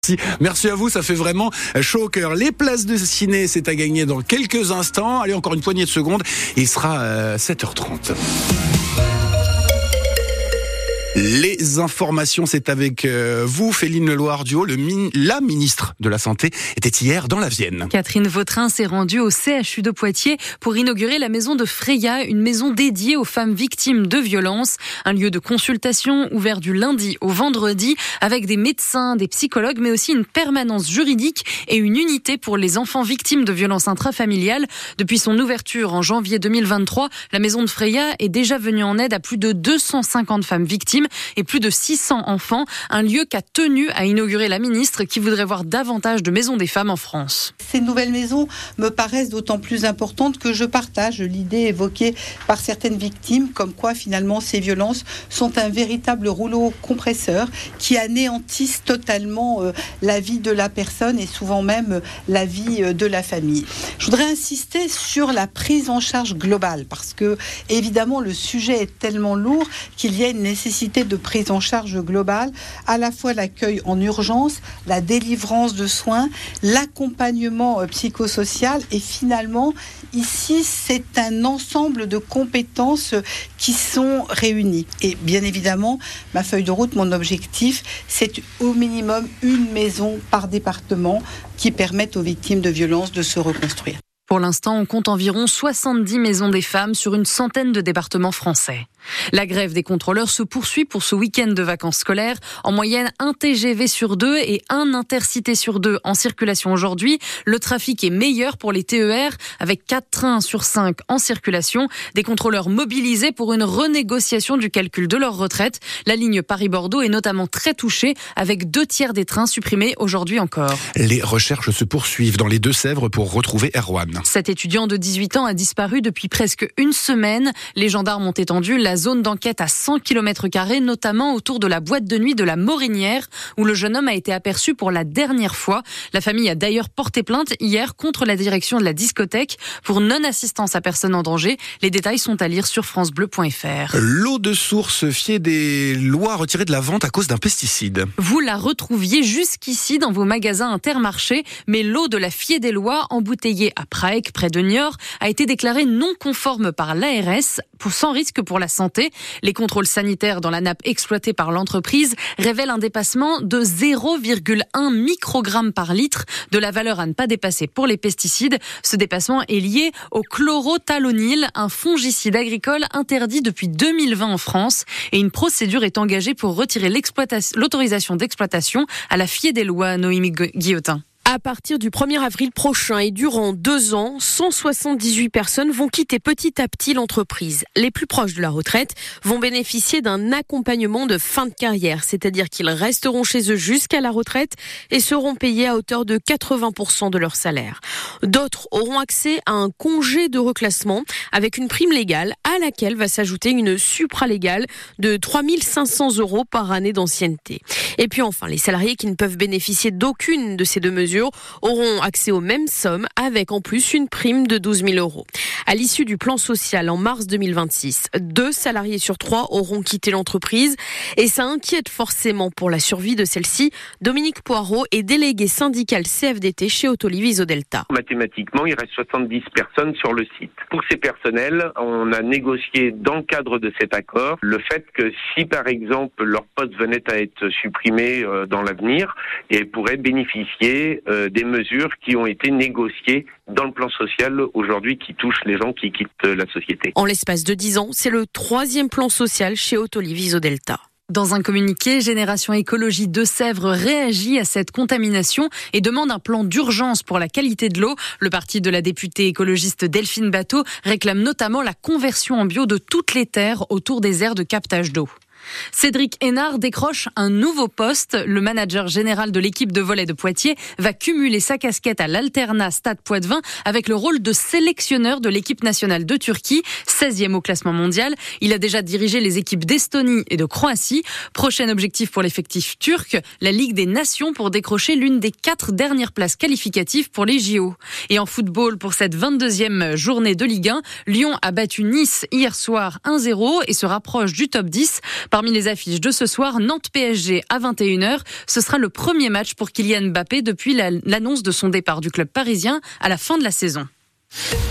Merci à vous, ça fait vraiment chaud au cœur. Les places de ciné, c'est à gagner dans quelques instants. Allez, encore une poignée de secondes. Il sera 7h30. Les informations, c'est avec vous, Féline Leloir-Duhaut. La ministre de la Santé était hier dans la Vienne. Catherine Vautrin s'est rendue au CHU de Poitiers pour inaugurer la maison de Freya, une maison dédiée aux femmes victimes de violences. Un lieu de consultation ouvert du lundi au vendredi avec des médecins, des psychologues, mais aussi une permanence juridique et une unité pour les enfants victimes de violences intrafamiliales. Depuis son ouverture en janvier 2023, la maison de Freya est déjà venue en aide à plus de 250 femmes victimes et plus de 600 enfants, un lieu qu'a tenu à inaugurer la ministre qui voudrait voir davantage de maisons des femmes en France. Ces nouvelles maisons me paraissent d'autant plus importantes que je partage l'idée évoquée par certaines victimes, comme quoi finalement ces violences sont un véritable rouleau compresseur qui anéantissent totalement la vie de la personne et souvent même la vie de la famille. Je voudrais insister sur la prise en charge globale parce que évidemment le sujet est tellement lourd qu'il y a une nécessité de prise en charge globale, à la fois l'accueil en urgence, la délivrance de soins, l'accompagnement psychosocial et finalement, ici, c'est un ensemble de compétences qui sont réunies. Et bien évidemment, ma feuille de route, mon objectif, c'est au minimum une maison par département qui permette aux victimes de violences de se reconstruire. Pour l'instant, on compte environ 70 maisons des femmes sur une centaine de départements français. La grève des contrôleurs se poursuit pour ce week-end de vacances scolaires. En moyenne, un TGV sur 2 et un Intercité sur 2 en circulation aujourd'hui. Le trafic est meilleur pour les TER avec 4 trains sur 5 en circulation. Des contrôleurs mobilisés pour une renégociation du calcul de leur retraite. La ligne Paris-Bordeaux est notamment très touchée avec 2/3 des trains supprimés aujourd'hui encore. Les recherches se poursuivent dans les Deux-Sèvres pour retrouver Erwan. Cet étudiant de 18 ans a disparu depuis presque une semaine. Les gendarmes ont étendu la zone d'enquête à 100 km², notamment autour de la boîte de nuit de la Morinière, où le jeune homme a été aperçu pour la dernière fois. La famille a d'ailleurs porté plainte hier contre la direction de la discothèque pour non-assistance à personne en danger. Les détails sont à lire sur francebleu.fr. L'eau de source fiée des lois retirée de la vente à cause d'un pesticide. Vous la retrouviez jusqu'ici dans vos magasins Intermarché, mais l'eau de la Fiée des Lois, embouteillée à Prague, près de Niort, a été déclarée non conforme par l'ARS, sans risque pour la santé. Les contrôles sanitaires dans la nappe exploitée par l'entreprise révèlent un dépassement de 0,1 microgramme par litre de la valeur à ne pas dépasser pour les pesticides. Ce dépassement est lié au chlorothalonil, un fongicide agricole interdit depuis 2020 en France. Et une procédure est engagée pour retirer l'autorisation d'exploitation à la Fiée des Lois, Noémie Guillotin. À partir du 1er avril prochain et durant 2 ans, 178 personnes vont quitter petit à petit l'entreprise. Les plus proches de la retraite vont bénéficier d'un accompagnement de fin de carrière, c'est-à-dire qu'ils resteront chez eux jusqu'à la retraite et seront payés à hauteur de 80% de leur salaire. D'autres auront accès à un congé de reclassement avec une prime légale à laquelle va s'ajouter une supralégale de 3 500 € par année d'ancienneté. Et puis enfin, les salariés qui ne peuvent bénéficier d'aucune de ces deux mesures auront accès aux mêmes sommes avec en plus une prime de 12 000 €. À l'issue du plan social en mars 2026, 2 salariés sur 3 auront quitté l'entreprise et ça inquiète forcément pour la survie de celle-ci. Dominique Poirot est délégué syndical CFDT chez Autoliv Isodelta. Mathématiquement, il reste 70 personnes sur le site. Pour ces personnels, on a négocié dans le cadre de cet accord le fait que si par exemple leur poste venait à être supprimé dans l'avenir, ils pourraient bénéficier des mesures qui ont été négociées dans le plan social aujourd'hui qui touchent les gens qui quittent la société. En l'espace de 10 ans, c'est le 3e plan social chez Autoliv Isodelta. Dans un communiqué, Génération Écologie Deux-Sèvres réagit à cette contamination et demande un plan d'urgence pour la qualité de l'eau. Le parti de la députée écologiste Delphine Batho réclame notamment la conversion en bio de toutes les terres autour des aires de captage d'eau. Cédric Hénard décroche un nouveau poste. Le manager général de l'équipe de volley de Poitiers va cumuler sa casquette à l'Alternat Stade Poitvin avec le rôle de sélectionneur de l'équipe nationale de Turquie, 16e au classement mondial. Il a déjà dirigé les équipes d'Estonie et de Croatie. Prochain objectif pour l'effectif turc, la Ligue des Nations pour décrocher l'une des 4 dernières places qualificatives pour les JO. Et en football, pour cette 22e journée de Ligue 1, Lyon a battu Nice hier soir 1-0 et se rapproche du top 10. Parmi les affiches de ce soir, Nantes-PSG à 21h. Ce sera le premier match pour Kylian Mbappé depuis l'annonce de son départ du club parisien à la fin de la saison.